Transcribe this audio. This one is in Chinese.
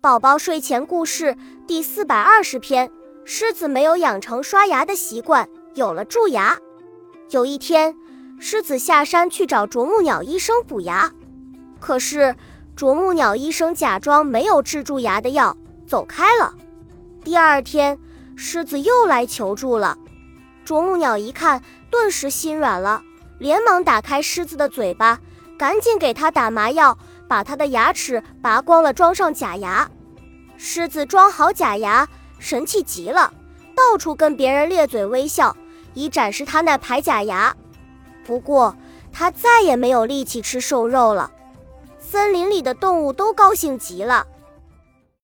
宝宝睡前故事第420篇：狮子没有养成刷牙的习惯，有了蛀牙。有一天，狮子下山去找啄木鸟医生补牙，可是啄木鸟医生假装没有治蛀牙的药，走开了。第二天，狮子又来求助了。啄木鸟一看，顿时心软了，连忙打开狮子的嘴巴，赶紧给它打麻药，把它的牙齿拔光了，装上假牙。狮子装好假牙，神气极了，到处跟别人咧嘴微笑，以展示它那排假牙。不过它再也没有力气吃瘦肉了。森林里的动物都高兴极了，